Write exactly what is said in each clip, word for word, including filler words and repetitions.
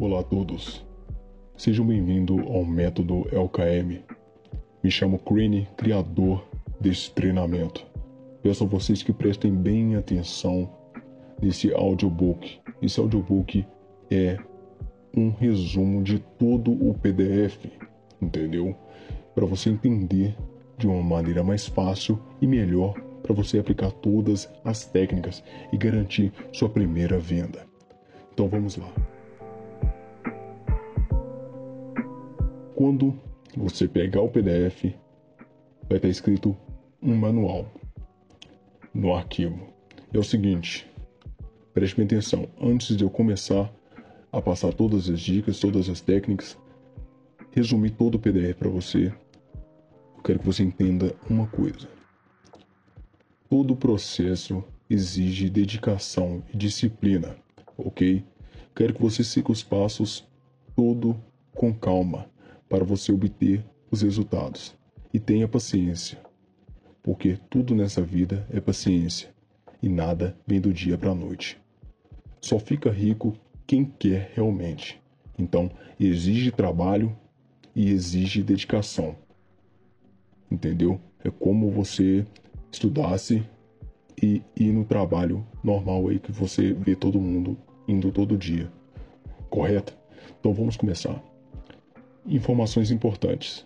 Olá a todos, sejam bem-vindos ao método L K M. Me chamo Crane, criador desse treinamento. Peço a vocês que prestem bem atenção nesse audiobook. Esse audiobook é um resumo de todo o P D F, entendeu? Para você entender de uma maneira mais fácil e melhor para você aplicar todas as técnicas e garantir sua primeira venda. Então vamos lá. Quando você pegar o P D F, vai estar escrito um manual no arquivo. É o seguinte, preste bem atenção, antes de eu começar a passar todas as dicas, todas as técnicas, resumir todo o P D F para você, eu quero que você entenda uma coisa. Todo o processo exige dedicação e disciplina, ok? Quero que você siga os passos todo com calma para você obter os resultados. E tenha paciência, porque tudo nessa vida é paciência e nada vem do dia para a noite. Só fica rico quem quer realmente. Então, exige trabalho e exige dedicação. Entendeu? É como você estudasse e ir no trabalho normal aí que você vê todo mundo indo todo dia. Correto? Então vamos começar. Informações importantes.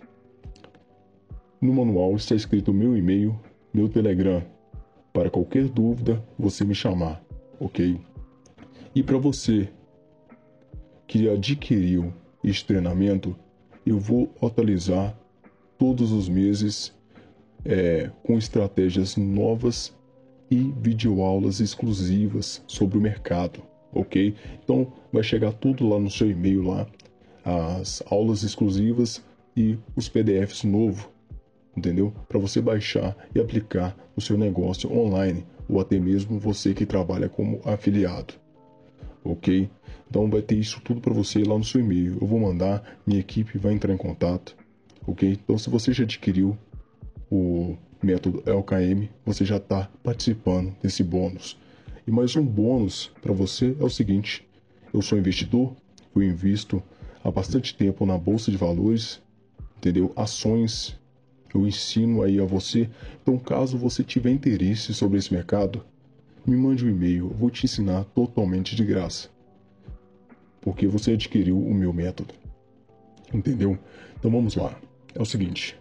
No manual está escrito meu e-mail, meu Telegram. Para qualquer dúvida, você me chamar, ok? E para você que adquiriu este treinamento, eu vou atualizar todos os meses é, com estratégias novas e videoaulas exclusivas sobre o mercado, ok? Então vai chegar tudo lá no seu e-mail lá, as aulas exclusivas e os P D Fs novos, entendeu? Para você baixar e aplicar no seu negócio online ou até mesmo você que trabalha como afiliado, ok? Então vai ter isso tudo para você lá no seu e-mail. Eu vou mandar, minha equipe vai entrar em contato, ok? Então se você já adquiriu o método L K M, você já está participando desse bônus. E mais um bônus para você é o seguinte: eu sou investidor, eu invisto há bastante tempo na bolsa de valores, entendeu? Ações, eu ensino aí a você. Então, caso você tiver interesse sobre esse mercado, me mande um e-mail, eu vou te ensinar totalmente de graça, porque você adquiriu o meu método, entendeu? Então vamos lá, é o seguinte.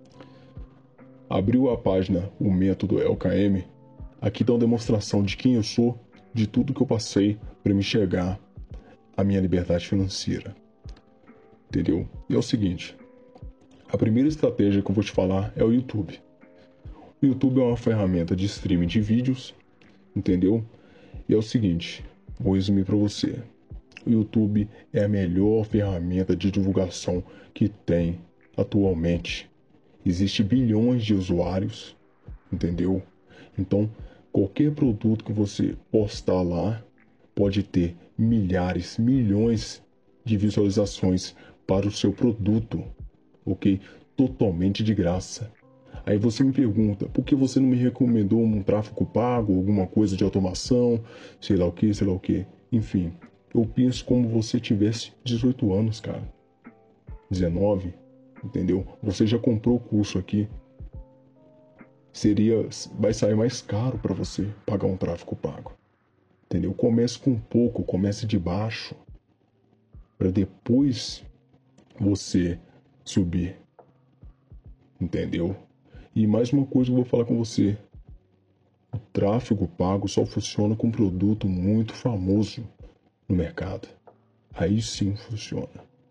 Abriu a página, o método L K M, aqui dá uma demonstração de quem eu sou, de tudo que eu passei para me chegar à minha liberdade financeira, entendeu? E é o seguinte, a primeira estratégia que eu vou te falar é o YouTube. O YouTube é uma ferramenta de streaming de vídeos, entendeu? E é o seguinte, vou resumir para você. O YouTube é a melhor ferramenta de divulgação que tem atualmente. Existem bilhões de usuários, entendeu? Então, qualquer produto que você postar lá pode ter milhares, milhões de visualizações para o seu produto, ok? Totalmente de graça. Aí você me pergunta, por que você não me recomendou um tráfego pago, alguma coisa de automação, sei lá o que, sei lá o que. Enfim, eu penso como você tivesse dezoito anos, cara. dezenove, entendeu? Você já comprou o curso aqui. Seria, vai sair mais caro para você pagar um tráfego pago. Entendeu? Comece com pouco, comece de baixo, para depois você subir. Entendeu? E mais uma coisa que eu vou falar com você. O tráfego pago só funciona com um produto muito famoso no mercado. Aí sim funciona.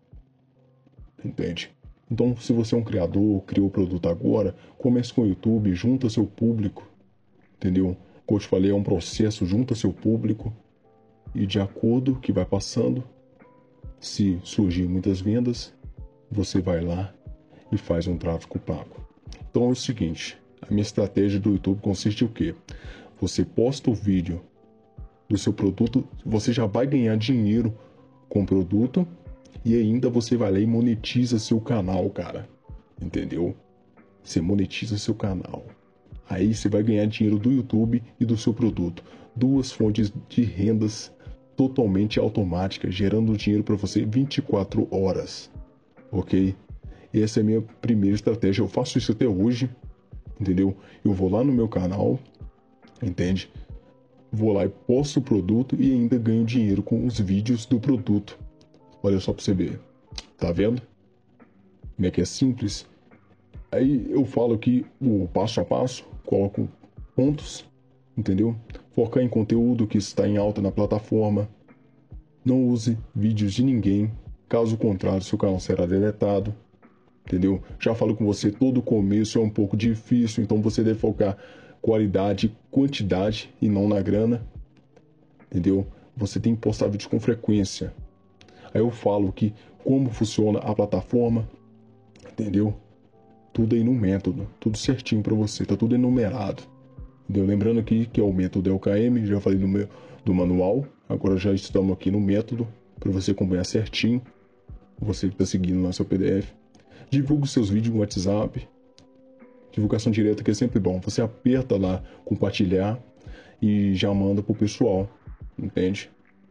Entende? Então, se você é um criador, criou o produto agora, comece com o YouTube, junta seu público, entendeu? Como eu te falei, é um processo, junta seu público e de acordo que vai passando, se surgir muitas vendas, você vai lá e faz um tráfego pago. Então é o seguinte, a minha estratégia do YouTube consiste em o quê? Você posta o vídeo do seu produto, você já vai ganhar dinheiro com o produto e ainda você vai lá e monetiza seu canal, cara. Entendeu? Você monetiza seu canal. Aí você vai ganhar dinheiro do YouTube e do seu produto. Duas fontes de rendas totalmente automática, gerando dinheiro para você vinte e quatro horas, ok? Essa é a minha primeira estratégia. Eu faço isso até hoje, entendeu? Eu vou lá no meu canal, entende? Vou lá e posto o produto e ainda ganho dinheiro com os vídeos do produto. Olha só para você ver, tá vendo? Como é que é simples? Aí eu falo aqui o passo a passo, coloco pontos, entendeu? Focar em conteúdo que está em alta na plataforma. Não use vídeos de ninguém, caso contrário seu canal será deletado, entendeu? Já falo com você, todo começo é um pouco difícil, então você deve focar qualidade e quantidade e não na grana, entendeu? Você tem que postar vídeos com frequência. Aí eu falo que como funciona a plataforma, entendeu? Tudo aí no método, tudo certinho para você, tá tudo enumerado. Entendeu? Lembrando aqui que é o método L K M, já falei do, meu, do manual, agora já estamos aqui no método, para você acompanhar certinho, você que está seguindo lá seu P D F. Divulgue seus vídeos no WhatsApp, divulgação direta que é sempre bom. Você aperta lá, compartilhar e já manda pro pessoal, entende?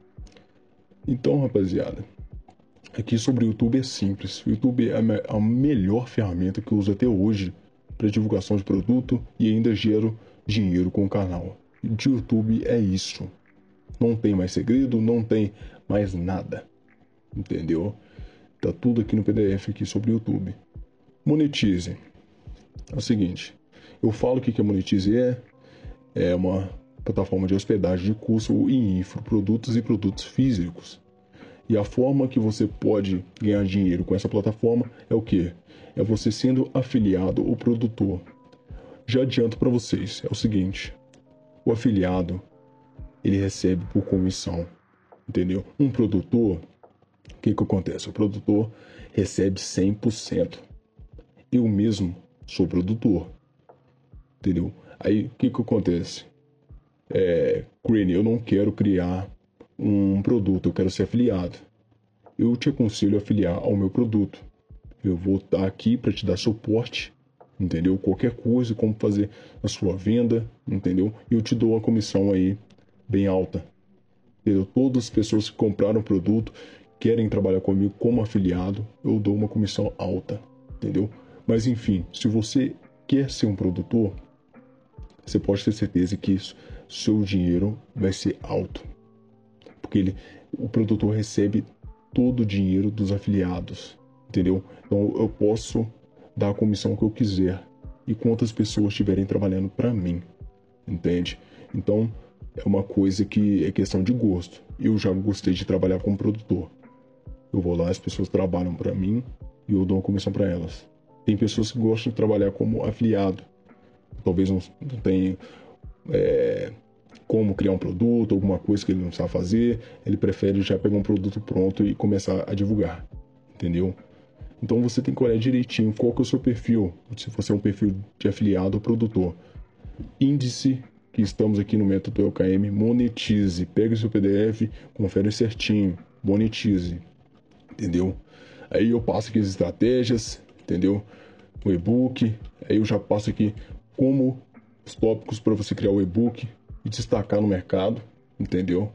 Então, rapaziada, aqui sobre o YouTube é simples. O YouTube é a melhor ferramenta que eu uso até hoje para divulgação de produto e ainda gero dinheiro com o canal. De YouTube é isso. Não tem mais segredo, não tem mais nada. Entendeu? Tá tudo aqui no P D F aqui sobre o YouTube. Monetize. É o seguinte, eu falo que que a Monetize é é uma plataforma de hospedagem de curso em infoprodutos e produtos físicos. E a forma que você pode ganhar dinheiro com essa plataforma é o que? É você sendo afiliado ou produtor. Já adianto para vocês, é o seguinte, o afiliado, ele recebe por comissão, entendeu? Um produtor, o que que acontece? O produtor recebe cem por cento. Eu mesmo sou produtor, entendeu? Aí, o que que acontece? É, Crane, eu não quero criar um produto, eu quero ser afiliado. Eu te aconselho a afiliar ao meu produto. Eu vou estar aqui para te dar suporte, entendeu? Qualquer coisa, como fazer a sua venda, entendeu? E eu te dou uma comissão aí bem alta, entendeu? Todas as pessoas que compraram o produto, querem trabalhar comigo como afiliado, eu dou uma comissão alta, entendeu? Mas enfim, se você quer ser um produtor, você pode ter certeza que isso, seu dinheiro vai ser alto. Porque ele, o produtor recebe todo o dinheiro dos afiliados, entendeu? Então eu posso dar a comissão que eu quiser e quantas pessoas estiverem trabalhando para mim, entende? Então é uma coisa que é questão de gosto. Eu já gostei de trabalhar como produtor. Eu vou lá, as pessoas trabalham para mim e eu dou uma comissão para elas. Tem pessoas que gostam de trabalhar como afiliado. Talvez não, não tenha é, como criar um produto, alguma coisa que ele não sabe fazer. Ele prefere já pegar um produto pronto e começar a divulgar, entendeu? Então você tem que olhar direitinho qual que é o seu perfil. Se você é um perfil de afiliado ou produtor. Índice que estamos aqui no método L K M, monetize. Pega o seu P D F, confere certinho, monetize, entendeu? Aí eu passo aqui as estratégias, entendeu? O e-book, aí eu já passo aqui como os tópicos para você criar o e-book e destacar no mercado, entendeu?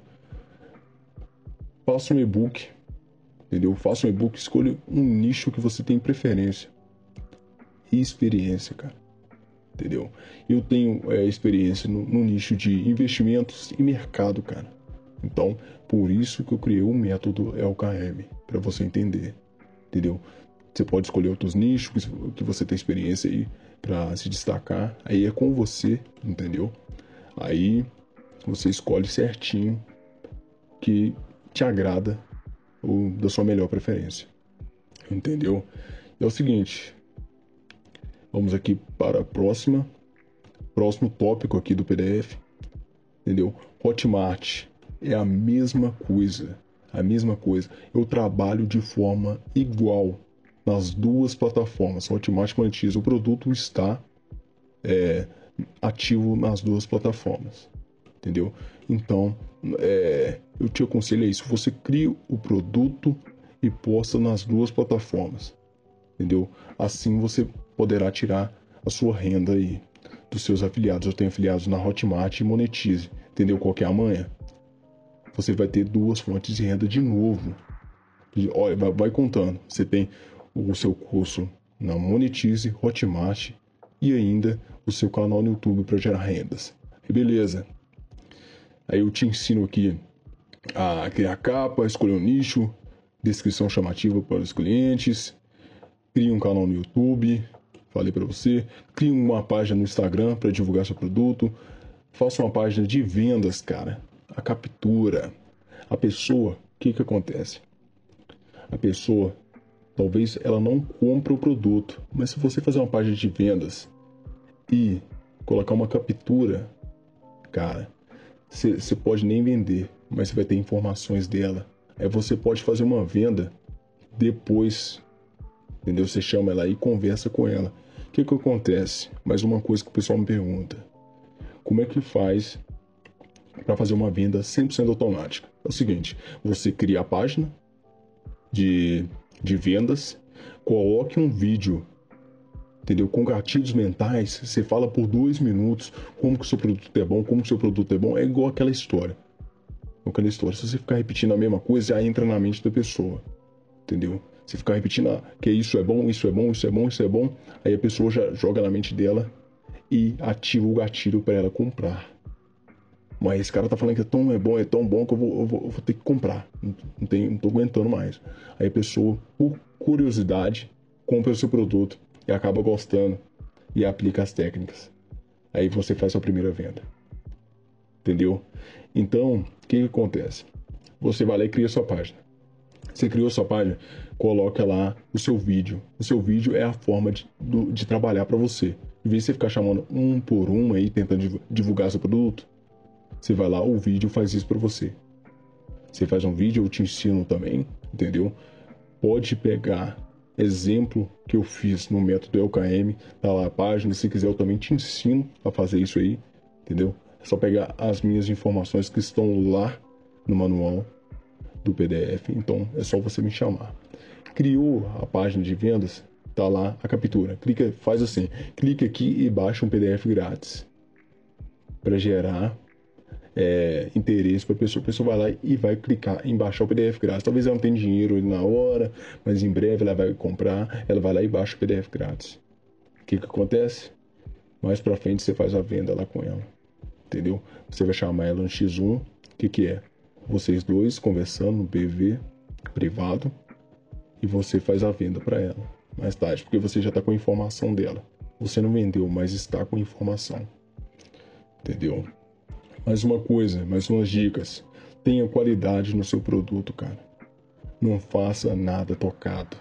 Faça um e-book, entendeu? Faça um e-book, escolha um nicho que você tem preferência e experiência, cara, entendeu? Eu tenho é, experiência no, no nicho de investimentos e mercado, cara. Então, por isso que eu criei o método L K M, para você entender, entendeu? Você pode escolher outros nichos que você tem experiência aí para se destacar. Aí é com você, entendeu? Aí você escolhe certinho que te agrada ou da sua melhor preferência, entendeu? É o seguinte, vamos aqui para a próxima, próximo tópico aqui do P D F, entendeu? Hotmart é a mesma coisa, a mesma coisa. Eu trabalho de forma igual nas duas plataformas. Hotmart monetiza, o produto está é, ativo nas duas plataformas, entendeu? Então, é, eu te aconselho a isso. Você cria o produto e posta nas duas plataformas, entendeu? Assim você poderá tirar a sua renda aí dos seus afiliados. Eu tenho afiliados na Hotmart e Monetize, entendeu? Qual que é a manha? você vai ter duas fontes de renda de novo. E, olha, vai, vai contando. Você tem o seu curso na Monetize, Hotmart e ainda o seu canal no YouTube para gerar rendas. E beleza. Aí eu te ensino aqui a criar capa, escolher um nicho, descrição chamativa para os clientes, crie um canal no YouTube, falei para você, crie uma página no Instagram para divulgar seu produto, faça uma página de vendas, cara, a captura. A pessoa, o que que acontece? A pessoa, talvez ela não compre o produto, mas se você fazer uma página de vendas e colocar uma captura, cara, você pode nem vender, mas você vai ter informações dela. Aí você pode fazer uma venda depois, entendeu? Você chama ela e conversa com ela. O que que acontece? Mais uma coisa que o pessoal me pergunta. Como é que faz para fazer uma venda cem por cento automática? É o seguinte, você cria a página de, de vendas, coloque um vídeo, entendeu? Com gatilhos mentais, você fala por dois minutos como que o seu produto é bom, como que o seu produto é bom, é igual aquela história. Aquela história. Se você ficar repetindo a mesma coisa, já entra na mente da pessoa, entendeu? Se ficar repetindo ah, que isso é bom, isso é bom, isso é bom, isso é bom, aí a pessoa já joga na mente dela e ativa o gatilho para ela comprar. Mas esse cara tá falando que é tão é bom, é tão bom que eu vou, eu vou, eu vou ter que comprar. Não, não, tem, não tô aguentando mais. Aí a pessoa, por curiosidade, compra o seu produto e acaba gostando e aplica as técnicas. Aí você faz sua primeira venda. Entendeu? Então, o que, que acontece? Você vai lá e cria sua página. Você criou sua página, coloca lá o seu vídeo. O seu vídeo é a forma de, de trabalhar para você. Em vez de você ficar chamando um por um aí, tentando divulgar seu produto, você vai lá, o vídeo faz isso para você. Você faz um vídeo, eu te ensino também, entendeu? Pode pegar exemplo que eu fiz no método L K M, tá lá a página, se quiser eu também te ensino a fazer isso aí, entendeu? É só pegar as minhas informações que estão lá no manual do P D F, então é só você me chamar. Criou a página de vendas, tá lá a captura. Clica, faz assim, clica aqui e baixa um P D F grátis para gerar é, interesse para a pessoa. A pessoa vai lá e vai clicar em baixar o P D F grátis. Talvez ela não tenha dinheiro na hora, mas em breve ela vai comprar, ela vai lá e baixa o P D F grátis. O que que acontece? Mais para frente você faz a venda lá com ela, entendeu? Você vai chamar ela no X um, o que que é? Vocês dois conversando no B V privado e você faz a venda para ela mais tarde, porque você já está com a informação dela. Você não vendeu, mas está com informação, entendeu? Mais uma coisa, mais umas dicas. Tenha qualidade no seu produto, cara. Não faça nada tocado.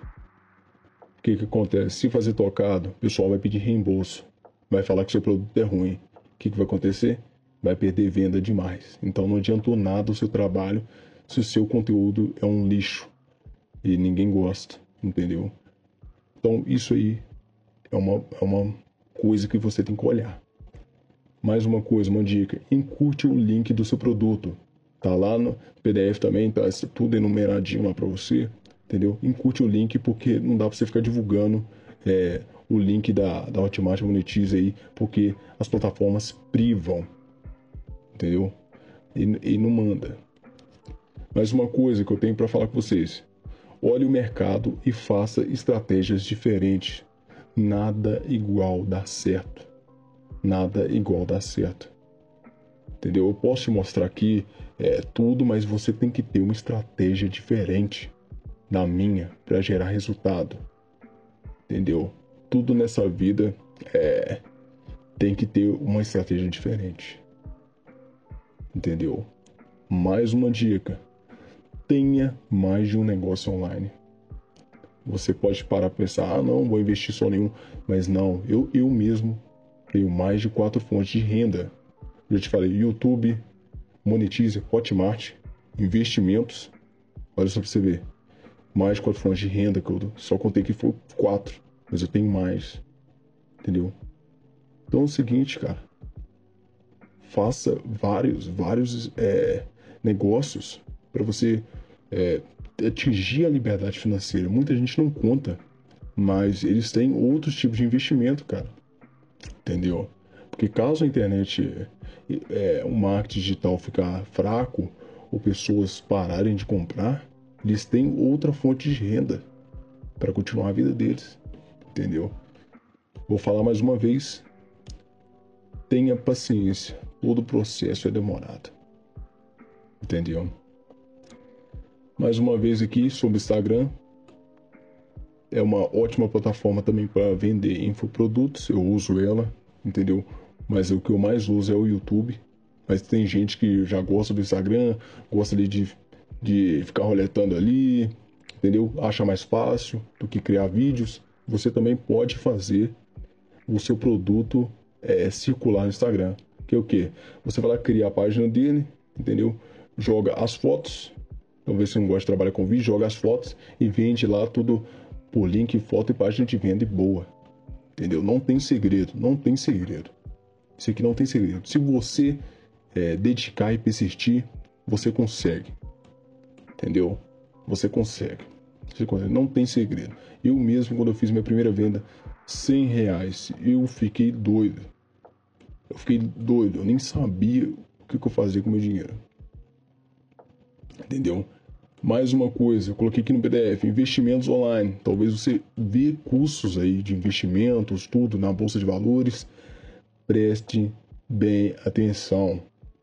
O que que acontece? Se fazer tocado, o pessoal vai pedir reembolso. Vai falar que seu produto é ruim. O que que vai acontecer? Vai perder venda demais. Então não adiantou nada o seu trabalho se o seu conteúdo é um lixo e ninguém gosta, entendeu? Então isso aí é uma, é uma coisa que você tem que olhar. Mais uma coisa, uma dica, encurte o link do seu produto. Tá lá no P D F também, tá tudo enumeradinho lá para você, entendeu? Encurte o link porque não dá para você ficar divulgando é, o link da, da Hotmart Monetize aí, porque as plataformas privam, entendeu? E, e não manda. Mais uma coisa que eu tenho para falar com vocês. Olhe o mercado e faça estratégias diferentes. Nada igual dá certo. Nada igual dá certo. Entendeu? Eu posso te mostrar aqui é, tudo, mas você tem que ter uma estratégia diferente da minha para gerar resultado. Entendeu? Tudo nessa vida é, tem que ter uma estratégia diferente. Entendeu? Mais uma dica. Tenha mais de um negócio online. Você pode parar para pensar, ah não, vou investir só nenhum. Mas não, eu, eu mesmo tenho mais de quatro fontes de renda. Eu já te falei, YouTube, Monetize, Hotmart, investimentos. Olha só para você ver. Mais de quatro fontes de renda, que eu só contei que foi quatro. Mas eu tenho mais. Entendeu? Então é o seguinte, cara. Faça vários, vários é, negócios para você é, atingir a liberdade financeira. Muita gente não conta, mas eles têm outros tipos de investimento, cara. Entendeu? Porque caso a internet, é, o marketing digital ficar fraco, ou pessoas pararem de comprar, eles têm outra fonte de renda para continuar a vida deles, entendeu? Vou falar mais uma vez, tenha paciência, todo o processo é demorado, entendeu? Mais uma vez aqui sobre o Instagram, é uma ótima plataforma também para vender infoprodutos, eu uso ela, entendeu? Mas o que eu mais uso é o YouTube. Mas tem gente que já gosta do Instagram, gosta ali de, de ficar roletando ali, entendeu? Acha mais fácil do que criar vídeos. Você também pode fazer o seu produto é, circular no Instagram. Que é o quê? Você vai lá criar a página dele, entendeu? Joga as fotos. Talvez você não goste de trabalhar com vídeo, joga as fotos e vende lá tudo por link, foto e página de venda e boa. Entendeu? Não tem segredo, não tem segredo. Isso aqui não tem segredo. Se você é, dedicar e persistir, você consegue. Entendeu? Você consegue. Você consegue. Não tem segredo. Eu mesmo, quando eu fiz minha primeira venda, cem reais, eu fiquei doido. Eu fiquei doido. Eu nem sabia o que eu fazia com o meu dinheiro. Entendeu? Mais uma coisa, eu coloquei aqui no P D F, investimentos online. Talvez você vê cursos aí de investimentos, tudo na Bolsa de Valores. Preste bem atenção.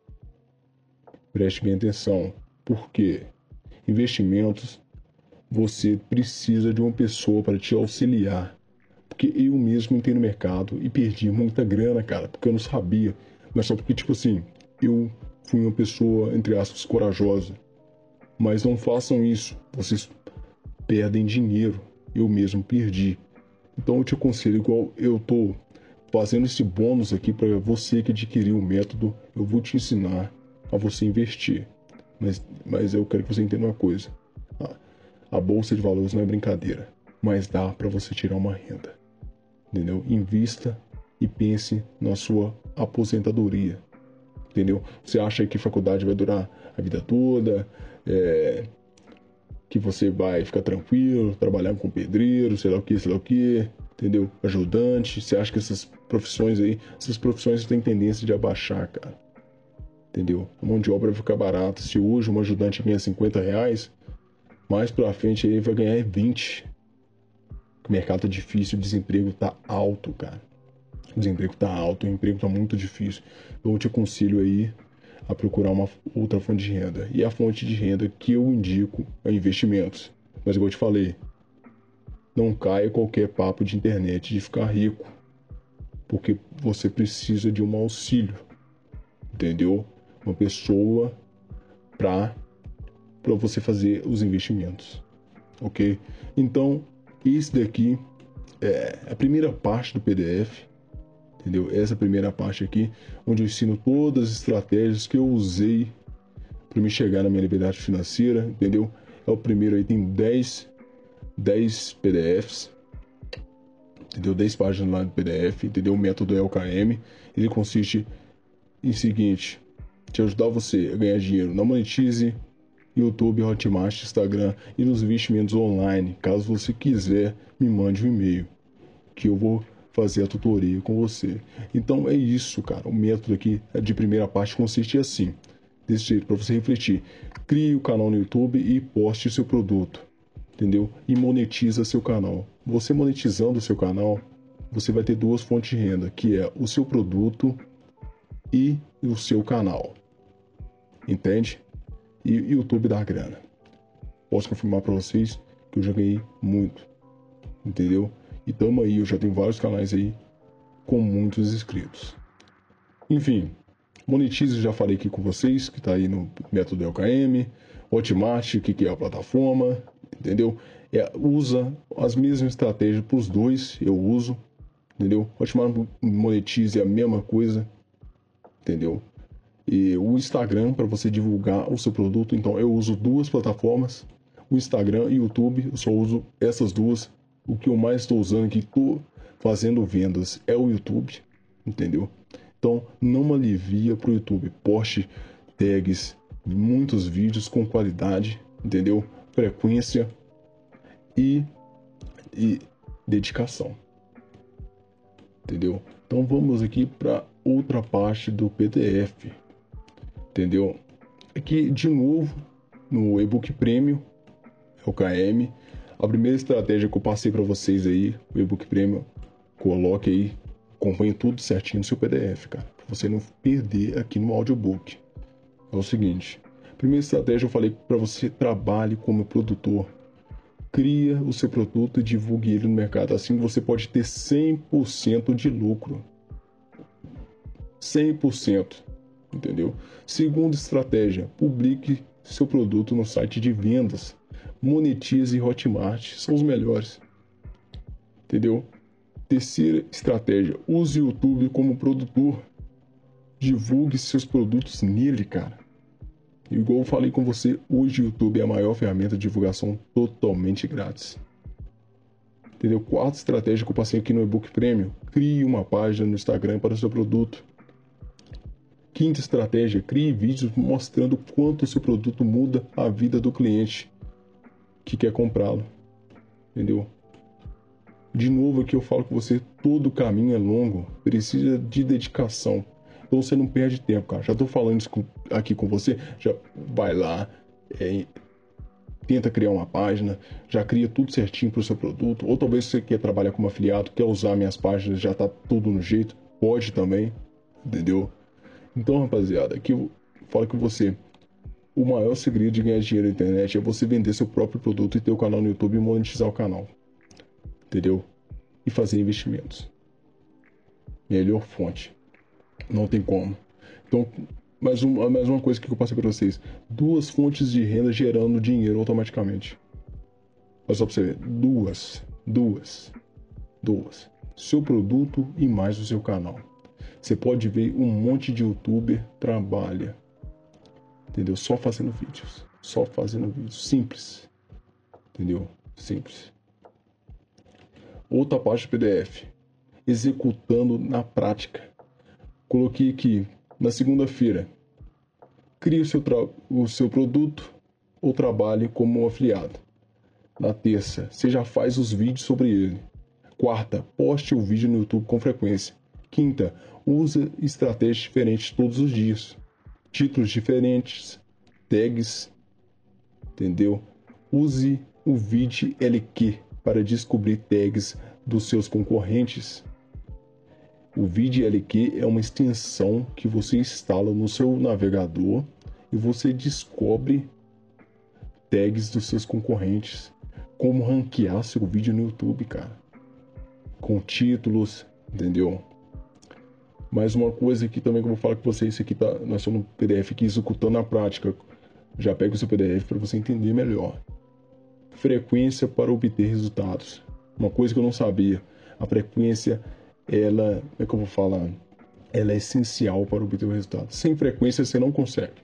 Preste bem atenção. Por quê? Investimentos, você precisa de uma pessoa para te auxiliar. Porque eu mesmo entrei no mercado e perdi muita grana, cara, porque eu não sabia. Mas só porque, tipo assim, eu fui uma pessoa, entre aspas, corajosa. Mas não façam isso, vocês perdem dinheiro. Eu mesmo perdi. Então eu te aconselho, igual eu tô fazendo esse bônus aqui para você que adquiriu o método, eu vou te ensinar a você investir. Mas, mas eu quero que você entenda uma coisa. A, a Bolsa de Valores não é brincadeira, mas dá para você tirar uma renda. Entendeu? Invista e pense na sua aposentadoria. Entendeu? Você acha que faculdade vai durar a vida toda, é, que você vai ficar tranquilo, trabalhar com pedreiro, sei lá o que, sei lá o que, entendeu? Ajudante. Você acha que essas profissões aí, essas profissões têm tendência de abaixar, cara. Entendeu? A mão de obra vai ficar barata. Se hoje um ajudante ganha cinquenta reais, mais pra frente aí vai ganhar vinte. O mercado tá difícil, o desemprego tá alto, cara. O desemprego tá alto, o emprego tá muito difícil. Então eu te aconselho aí a procurar uma outra fonte de renda. E a fonte de renda que eu indico é investimentos. Mas igual eu te falei, não caia qualquer papo de internet de ficar rico. Porque você precisa de um auxílio. Entendeu? Uma pessoa para para você fazer os investimentos. Ok? Então, esse daqui é a primeira parte do P D F. Entendeu? Essa primeira parte aqui, onde eu ensino todas as estratégias que eu usei para me chegar na minha liberdade financeira, entendeu? É o primeiro aí, tem dez, dez P D Fs, entendeu? dez páginas lá do P D F, entendeu? O método L K M, ele consiste em seguinte, te ajudar você a ganhar dinheiro na Monetize, YouTube, Hotmart, Instagram e nos investimentos online. Caso você quiser, me mande um e-mail, que eu vou fazer a tutoria com você. Então é isso, cara. O método aqui de primeira parte consiste assim, desse jeito, para você refletir. Crie o canal no YouTube e poste seu produto, entendeu? E monetiza seu canal. Você monetizando o seu canal, você vai ter duas fontes de renda, que é o seu produto e o seu canal. Entende? E o YouTube dá grana. Posso confirmar para vocês que eu já ganhei muito. Entendeu? E tamo aí, eu já tenho vários canais aí com muitos inscritos. Enfim, Monetize, já falei aqui com vocês, que tá aí no método L K M. Hotmart, que, que é a plataforma, entendeu? É, usa as mesmas estratégias para os dois, eu uso, entendeu? Hotmart, Monetize é a mesma coisa, entendeu? E o Instagram, para você divulgar o seu produto, então eu uso duas plataformas, o Instagram e o YouTube, eu só uso essas duas. O que eu mais estou usando aqui, estou fazendo vendas, é o YouTube, entendeu? Então, não alivia para o YouTube. Poste tags, muitos vídeos com qualidade, entendeu? Frequência e, e dedicação, entendeu? Então, vamos aqui para outra parte do P D F, entendeu? Aqui, de novo, no e-book Premium, é o K M, a primeira estratégia que eu passei para vocês aí, o e-book Premium, coloque aí, acompanhe tudo certinho no seu P D F, cara, para você não perder aqui no audiobook. É o seguinte, primeira estratégia eu falei para você trabalhe como produtor, cria o seu produto e divulgue ele no mercado, assim você pode ter cem por cento de lucro, cem por cento, entendeu? Segunda estratégia, publique seu produto no site de vendas, Monetize e Hotmart, são os melhores, entendeu? Terceira estratégia, use o YouTube como produtor, divulgue seus produtos nele, cara. Igual eu falei com você, hoje o YouTube é a maior ferramenta de divulgação totalmente grátis. Entendeu? Quarta estratégia que eu passei aqui no e-book Premium, crie uma página no Instagram para o seu produto. Quinta estratégia, crie vídeos mostrando quanto o seu produto muda a vida do cliente que quer comprá-lo. Entendeu? De novo aqui eu falo com você, todo caminho é longo, precisa de dedicação. Então você não perde tempo, cara. Já tô falando isso aqui com você, já vai lá, é, tenta criar uma página, já cria tudo certinho para o seu produto. Ou talvez você quer trabalhar como afiliado, quer usar minhas páginas, já tá tudo no jeito, pode também, entendeu? Então, rapaziada, aqui eu falo com você, o maior segredo de ganhar dinheiro na internet é você vender seu próprio produto e ter o canal no YouTube e monetizar o canal, entendeu? E fazer investimentos. Melhor fonte. Não tem como. Então, mais uma, mais uma coisa que eu passei para vocês. Duas fontes de renda gerando dinheiro automaticamente. Olha só para você ver. Duas. Duas. Duas. Seu produto e mais o seu canal. Você pode ver um monte de youtuber trabalha. Entendeu? Só fazendo vídeos. Só fazendo vídeos. Simples. Entendeu? Simples. Outra parte do P D F. Executando na prática. Coloquei aqui, na segunda-feira, crie o seu, o seu produto ou trabalhe como um afiliado. Na terça, você já faz os vídeos sobre ele. Quarta, poste o vídeo no YouTube com frequência. Quinta, use estratégias diferentes todos os dias. Títulos diferentes, tags, entendeu? Use o vídeo L Q para descobrir tags dos seus concorrentes. O vídeo L Q é uma extensão que você instala no seu navegador e você descobre tags dos seus concorrentes. Como ranquear seu vídeo no YouTube, cara. Com títulos, entendeu? Mais uma coisa aqui também que eu vou falar com vocês, isso aqui tá, nós estamos no P D F aqui executando na prática. Já pega o seu P D F para você entender melhor. Frequência para obter resultados. Uma coisa que eu não sabia, a frequência ela, como é que eu vou falar? Ela é essencial para obter o resultado. Sem frequência você não consegue.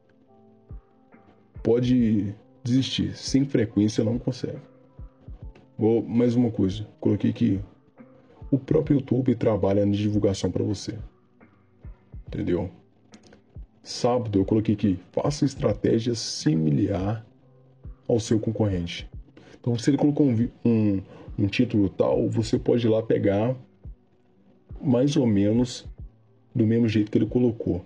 Pode desistir. Sem frequência não consegue. Vou, mais uma coisa. Coloquei aqui. O próprio YouTube trabalha na divulgação para você. Entendeu? Sábado eu coloquei aqui. Faça estratégia similar ao seu concorrente. Então se ele colocou um, um, um título tal, você pode ir lá pegar mais ou menos do mesmo jeito que ele colocou.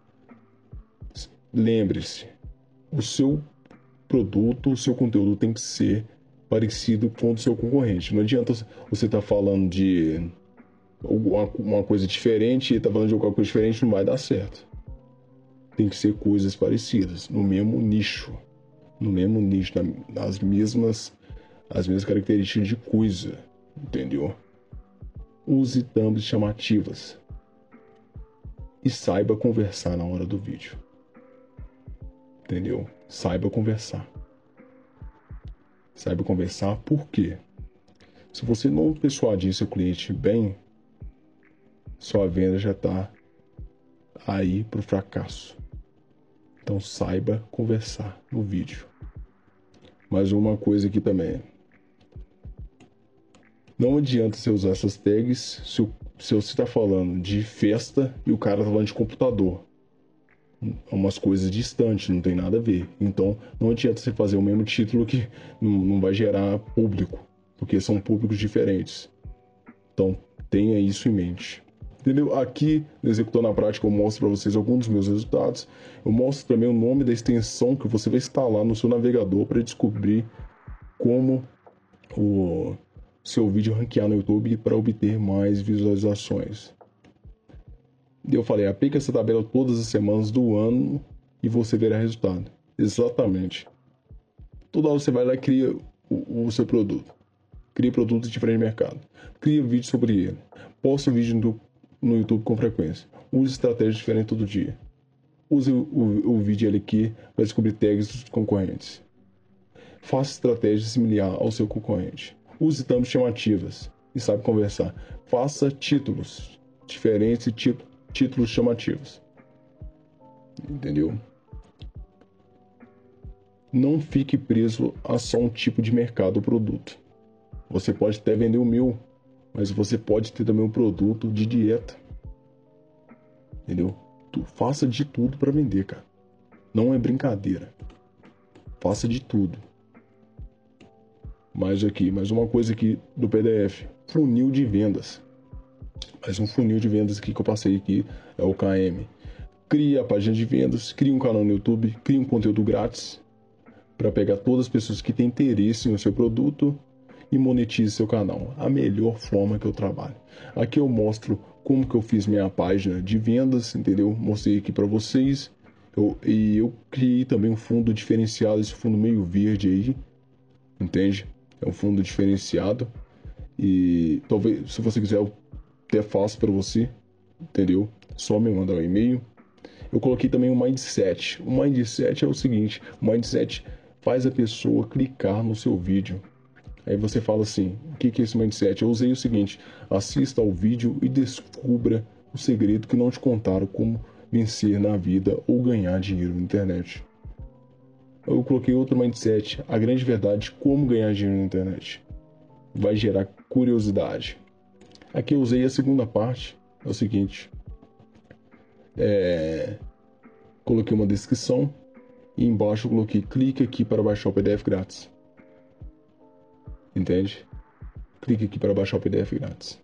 Lembre-se, o seu produto, o seu conteúdo tem que ser parecido com o do seu concorrente. Não adianta você estar tá falando de uma coisa diferente e estar tá falando de alguma coisa diferente, não vai dar certo. Tem que ser coisas parecidas, no mesmo nicho, no mesmo nicho, nas mesmas, as mesmas características de coisa, entendeu? Use thumbs chamativas e saiba conversar na hora do vídeo. Entendeu? Saiba conversar. Saiba conversar por quê? Se você não persuadir seu cliente bem, sua venda já está aí para o fracasso. Então saiba conversar no vídeo. Mais uma coisa aqui também. Não adianta você usar essas tags se, o, se você está falando de festa e o cara está falando de computador. É umas coisas distantes, não tem nada a ver. Então não adianta você fazer o mesmo título que não, não vai gerar público, porque são públicos diferentes. Então tenha isso em mente. Entendeu? Aqui, no Executor na Prática, eu mostro para vocês alguns dos meus resultados. Eu mostro também o nome da extensão que você vai instalar no seu navegador para descobrir como o seu vídeo ranquear no YouTube para obter mais visualizações. Eu falei, aplique essa tabela todas as semanas do ano e você verá resultado. Exatamente. Toda hora você vai lá e cria o, o seu produto. Cria produtos diferentes de mercado. Cria vídeo sobre ele. Posta vídeo no, no YouTube com frequência. Use estratégias diferentes todo dia. Use o, o, o vídeo ali aqui para descobrir tags dos concorrentes. Faça estratégias similares ao seu concorrente. Use thumbs chamativas e sabe conversar. Faça títulos diferentes e títulos chamativos. Entendeu? Não fique preso a só um tipo de mercado ou produto. Você pode até vender o meu, mas você pode ter também um produto de dieta. Entendeu? Tu faça de tudo para vender, cara. Não é brincadeira. Faça de tudo. Mais aqui, mais uma coisa aqui do P D F. Funil de vendas. Mais um funil de vendas aqui que eu passei aqui é o K M. Cria a página de vendas, cria um canal no YouTube, cria um conteúdo grátis para pegar todas as pessoas que têm interesse no seu produto e monetize seu canal. A melhor forma que eu trabalho. Aqui eu mostro como que eu fiz minha página de vendas, entendeu? Mostrei aqui para vocês. Eu, e eu criei também um fundo diferenciado, esse fundo meio verde aí, entende? É um fundo diferenciado e talvez, se você quiser, eu até faço para você, entendeu? Só me mandar um e-mail. Eu coloquei também um mindset. O mindset é o seguinte: o mindset faz a pessoa clicar no seu vídeo. Aí você fala assim, o que é esse mindset? Eu usei o seguinte: assista ao vídeo e descubra o segredo que não te contaram como vencer na vida ou ganhar dinheiro na internet. Eu coloquei outro mindset, a grande verdade, como ganhar dinheiro na internet. Vai gerar curiosidade. Aqui eu usei a segunda parte, é o seguinte. É, coloquei uma descrição e embaixo eu coloquei clique aqui para baixar o P D F grátis. Entende? Clique aqui para baixar o P D F grátis.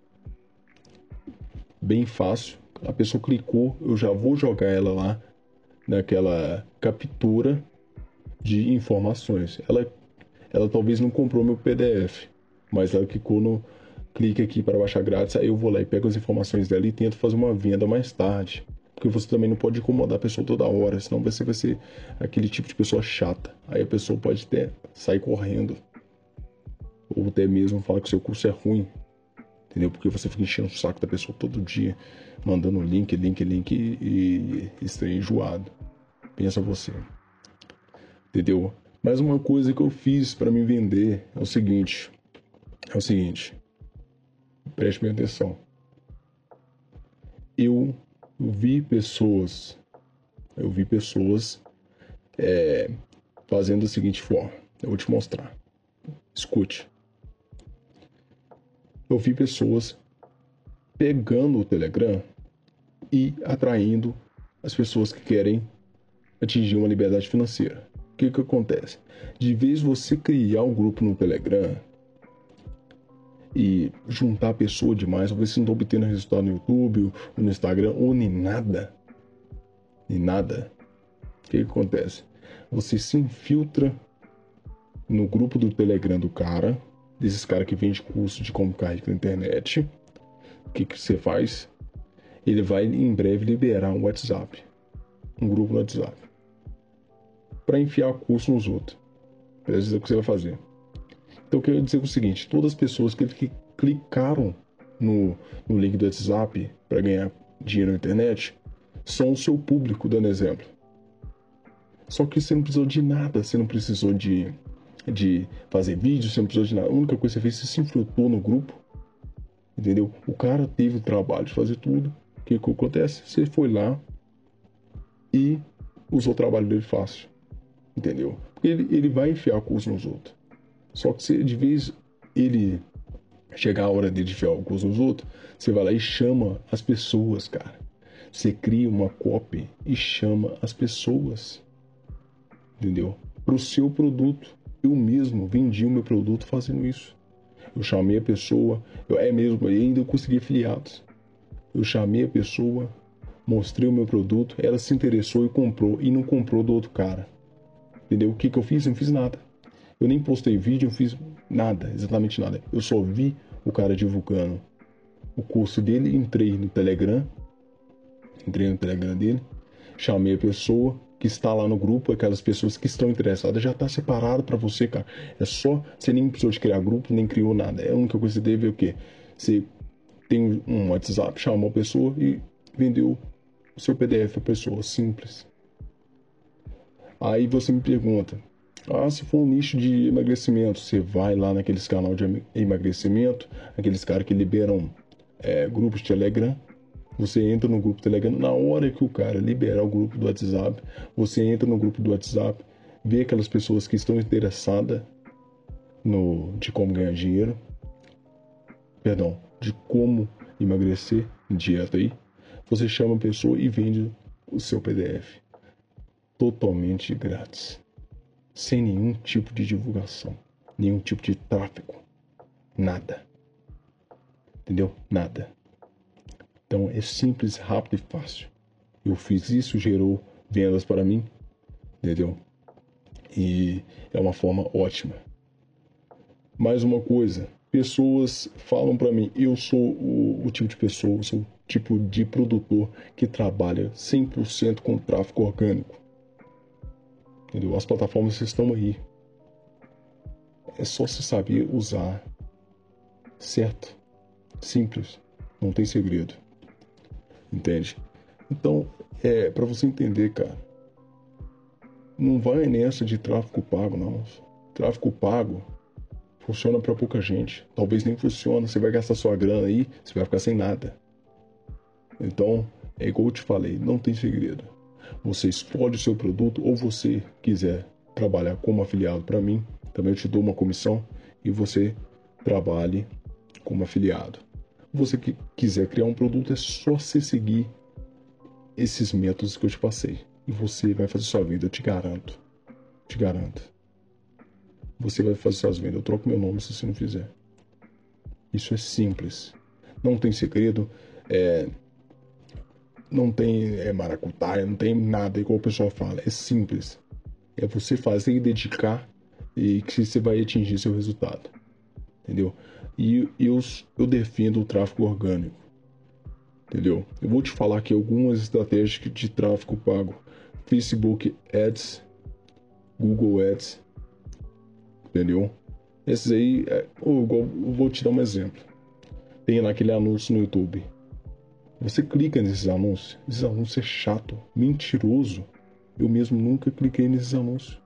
Bem fácil. A pessoa clicou, eu já vou jogar ela lá naquela captura de informações. Ela, ela talvez não comprou meu P D F, mas ela clicou no clique aqui para baixar grátis. Aí eu vou lá e pego as informações dela e tento fazer uma venda mais tarde. Porque você também não pode incomodar a pessoa toda hora, senão você vai ser aquele tipo de pessoa chata. Aí a pessoa pode até sair correndo. Ou até mesmo falar que o seu curso é ruim. Entendeu? Porque você fica enchendo o saco da pessoa todo dia, mandando link, link, link e estranho enjoado. Pensa você. Entendeu? Mas uma coisa que eu fiz para me vender é o seguinte. É o seguinte. Preste bem atenção. Eu vi pessoas. Eu vi pessoas é, fazendo da seguinte forma. Eu vou te mostrar. Escute. Eu vi pessoas pegando o Telegram e atraindo as pessoas que querem atingir uma liberdade financeira. O que que acontece? De vez você criar um grupo no Telegram e juntar a pessoa demais, talvez você não está obtendo resultado no YouTube, ou no Instagram, ou nem nada, nem nada. O que que acontece? Você se infiltra no grupo do Telegram do cara, desses caras que vende curso de como ficar rico na internet. O que que você faz? Ele vai em breve liberar um WhatsApp, um grupo no WhatsApp, para enfiar curso nos outros. Presta atenção o que você vai fazer. Então eu quero dizer o seguinte: todas as pessoas que, que clicaram no, no link do WhatsApp para ganhar dinheiro na internet são o seu público, dando exemplo. Só que você não precisou de nada, você não precisou de, de fazer vídeo, você não precisou de nada. A única coisa que você fez, você se infiltrou no grupo, entendeu? O cara teve o trabalho de fazer tudo. O que, que acontece? Você foi lá e usou o trabalho dele fácil, entendeu? Porque ele, ele vai enfiar o curso nos outros. Só que se de vez ele chegar a hora de enfiar o curso nos outros, você vai lá e chama as pessoas, cara. Você cria uma copy e chama as pessoas, entendeu? Para o seu produto. Eu mesmo vendi o meu produto fazendo isso. Eu chamei a pessoa, eu é mesmo, e ainda eu consegui afiliados. Eu chamei a pessoa, mostrei o meu produto, ela se interessou e comprou, e não comprou do outro cara. Entendeu? O que que eu fiz? Eu não fiz nada. Eu nem postei vídeo, eu fiz nada, exatamente nada. Eu só vi o cara divulgando o curso dele, entrei no Telegram, entrei no Telegram dele, chamei a pessoa que está lá no grupo, aquelas pessoas que estão interessadas, já está separado para você, cara. É só, você nem precisou de criar grupo, nem criou nada. É a única coisa que você teve é o quê? Você tem um WhatsApp, chamou a pessoa e vendeu o seu P D F a pessoa, simples. Aí você me pergunta, ah, se for um nicho de emagrecimento, você vai lá naqueles canais de emagrecimento, aqueles caras que liberam é, grupos de Telegram, você entra no grupo do Telegram, na hora que o cara liberar o grupo do WhatsApp, você entra no grupo do WhatsApp, vê aquelas pessoas que estão interessadas no, de como ganhar dinheiro, perdão, de como emagrecer, dieta aí, você chama a pessoa e vende o seu P D F totalmente grátis, sem nenhum tipo de divulgação, nenhum tipo de tráfego, nada, entendeu? Nada. Então é simples, rápido e fácil. Eu fiz isso, gerou vendas para mim, entendeu? E é uma forma ótima. Mais uma coisa, pessoas falam para mim, eu sou o, o tipo de pessoa, eu sou o tipo de produtor que trabalha cem por cento com tráfego orgânico. Entendeu? As plataformas estão aí. É só você saber usar. Certo? Simples. Não tem segredo. Entende? Então, é para você entender, cara. Não vai nessa de tráfego pago, não. Tráfego pago funciona para pouca gente. Talvez nem funcione. Você vai gastar sua grana aí, você vai ficar sem nada. Então, é igual eu te falei, não tem segredo. Você escolhe o seu produto, ou você quiser trabalhar como afiliado para mim, também eu te dou uma comissão e você trabalhe como afiliado. Você que quiser criar um produto, é só você seguir esses métodos que eu te passei e você vai fazer sua vida, eu te garanto. Te garanto. Você vai fazer suas vendas. Eu troco meu nome se você não fizer. Isso é simples. Não tem segredo. É... Não tem é, maracutaia, não tem nada igual o pessoal fala. É simples. É você fazer e dedicar e que você vai atingir seu resultado. Entendeu? E eu, eu defendo o tráfego orgânico. Entendeu? Eu vou te falar aqui algumas estratégias de tráfego pago. Facebook Ads, Google Ads. Entendeu? Esses aí, é, eu, eu vou te dar um exemplo. Tem lá aquele anúncio no YouTube. Você clica nesses anúncios. Esses anúncios é chato, mentiroso. Eu mesmo nunca cliquei nesses anúncios.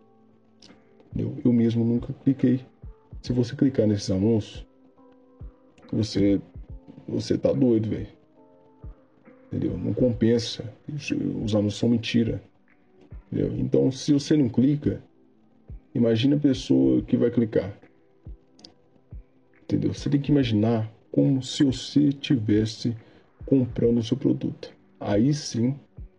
Eu, eu mesmo nunca cliquei. Se você clicar nesses anúncios, você, você tá doido, velho. Entendeu? Não compensa. Os anúncios são mentira. Entendeu? Então, se você não clica, imagina a pessoa que vai clicar. Entendeu? Você tem que imaginar como se você tivesse comprando o seu produto. Aí sim,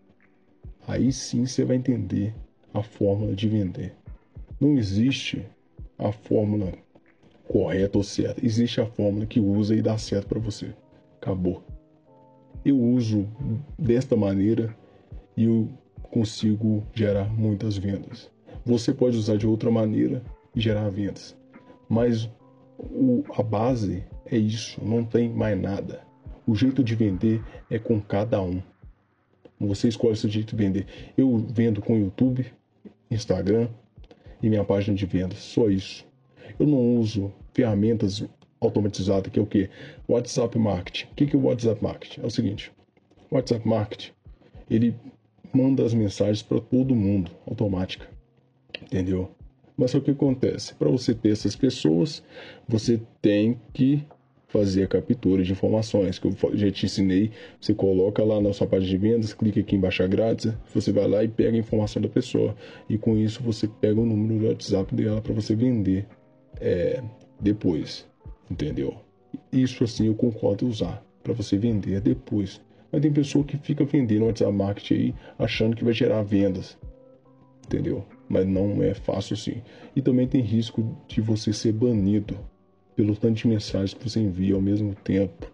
aí sim você vai entender a fórmula de vender. Não existe a fórmula correta ou certa. Existe a fórmula que usa e dá certo para você. Acabou. Eu uso desta maneira e eu consigo gerar muitas vendas. Você pode usar de outra maneira e gerar vendas. Mas o, a base é isso, não tem mais nada. O jeito de vender é com cada um. Você escolhe o seu jeito de vender. Eu vendo com YouTube, Instagram e minha página de vendas. Só isso. Eu não uso ferramentas automatizadas, que é o quê? WhatsApp Marketing. O que é o WhatsApp Marketing? É o seguinte. O WhatsApp Marketing, ele manda as mensagens para todo mundo, automática. Entendeu? Mas o que acontece? Para você ter essas pessoas, você tem que fazer a captura de informações, que eu já te ensinei. Você coloca lá na sua página de vendas, clica aqui em baixar grátis, você vai lá e pega a informação da pessoa. E com isso você pega o número do WhatsApp dela para você vender é, depois. Entendeu? Isso assim eu concordo em usar, para você vender depois. Mas tem pessoa que fica vendendo WhatsApp Marketing aí, achando que vai gerar vendas. Entendeu? Mas não é fácil assim. E também tem risco de você ser banido pelo tanto de mensagens que você envia ao mesmo tempo.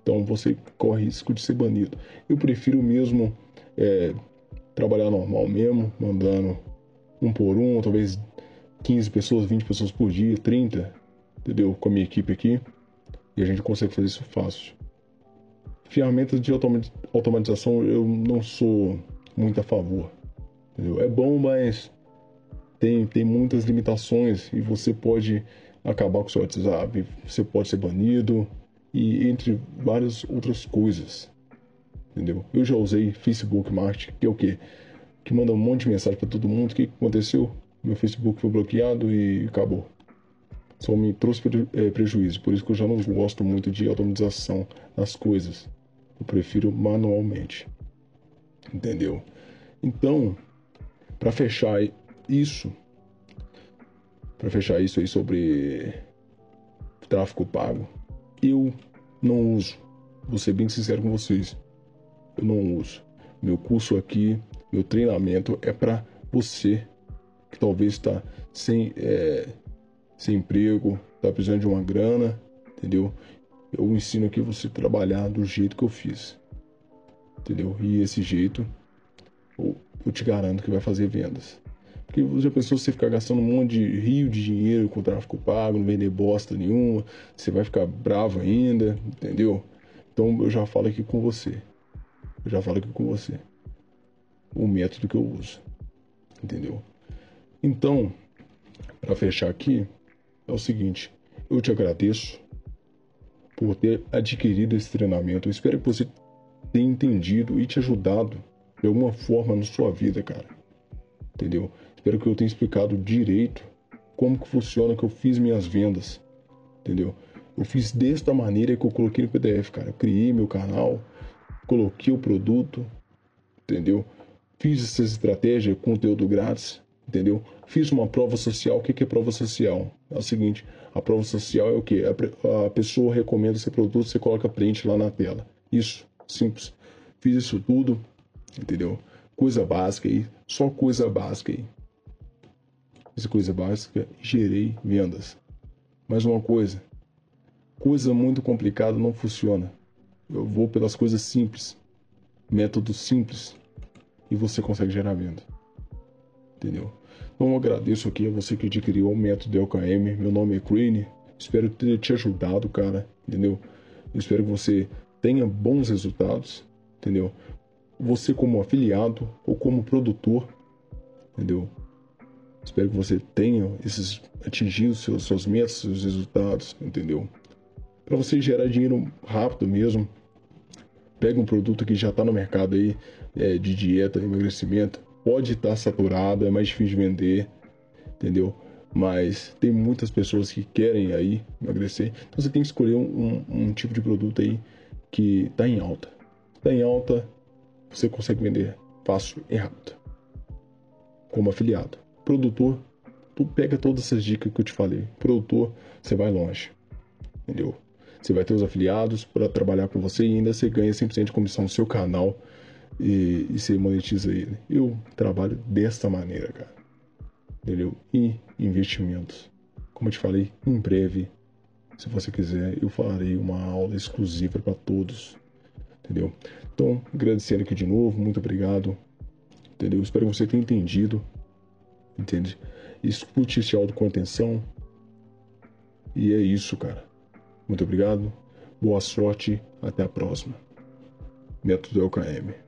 Então você corre risco de ser banido. Eu prefiro mesmo é, trabalhar normal mesmo, mandando um por um, talvez quinze pessoas, vinte pessoas por dia, trinta, entendeu? Com a minha equipe aqui. E a gente consegue fazer isso fácil. Ferramentas de automatização eu não sou muito a favor. Entendeu? É bom, mas tem, tem muitas limitações e você pode acabar com o seu WhatsApp, você pode ser banido e entre várias outras coisas. Entendeu? Eu já usei Facebook Marketing, que é o quê? Que manda um monte de mensagem para todo mundo. O que aconteceu? Meu Facebook foi bloqueado e acabou. Só me trouxe prejuízo. Por isso que eu já não gosto muito de automatização das coisas. Eu prefiro manualmente. Entendeu? Então, para fechar isso, para fechar isso aí sobre tráfego pago, eu não uso. Vou ser bem sincero com vocês. Eu não uso. Meu curso aqui, meu treinamento é para você que talvez está sem, é, sem emprego, está precisando de uma grana, entendeu? Eu ensino aqui você trabalhar do jeito que eu fiz, entendeu? E esse jeito eu, eu te garanto que vai fazer vendas. Porque já pensou você ficar gastando um monte de rio de dinheiro com tráfego pago, não vender bosta nenhuma, você vai ficar bravo ainda, entendeu? Então eu já falo aqui com você. Eu já falo aqui com você. O método que eu uso. Entendeu? Então, para fechar aqui, é o seguinte. Eu te agradeço por ter adquirido esse treinamento. Eu espero que você tenha entendido e te ajudado de alguma forma na sua vida, cara. Entendeu? Espero que eu tenha explicado direito como que funciona, que eu fiz minhas vendas. Entendeu? Eu fiz desta maneira que eu coloquei no P D F, cara. Eu criei meu canal, coloquei o produto, entendeu? Fiz essa estratégia, conteúdo grátis, entendeu? Fiz uma prova social. O que é prova social? É o seguinte, a prova social é o quê? A pessoa recomenda esse produto, você coloca print lá na tela. Isso, simples. Fiz isso tudo, entendeu? Coisa básica aí, só coisa básica aí. Essa coisa básica, gerei vendas. Mais uma coisa, coisa muito complicada não funciona. Eu vou pelas coisas simples, método simples, e você consegue gerar venda. Entendeu? Então eu agradeço aqui a você que adquiriu o método L K M. Meu nome é Crane. Espero ter te ajudado, cara. Entendeu? Eu espero que você tenha bons resultados. Entendeu? Você como afiliado ou como produtor. Entendeu? Espero que você tenha esses, atingido seus, suas metas, seus resultados. Entendeu? Para você gerar dinheiro rápido mesmo. Pega um produto que já está no mercado aí, é, de dieta, emagrecimento. Pode estar saturado, é mais difícil de vender, entendeu? Mas tem muitas pessoas que querem aí emagrecer. Então você tem que escolher um, um tipo de produto aí que está em alta. Está em alta, você consegue vender fácil e rápido. Como afiliado. Produtor, tu pega todas essas dicas que eu te falei. Produtor, você vai longe, entendeu? Você vai ter os afiliados para trabalhar com você e ainda você ganha cem por cento de comissão no seu canal e, e você monetiza ele. Eu trabalho desta maneira, cara. Entendeu? E investimentos. Como eu te falei, em breve, se você quiser, eu farei uma aula exclusiva para todos. Entendeu? Então, agradecendo aqui de novo, muito obrigado. Entendeu? Espero que você tenha entendido. Entende? Escute esse áudio com atenção. E é isso, cara. Muito obrigado, boa sorte, até a próxima. Método L K M.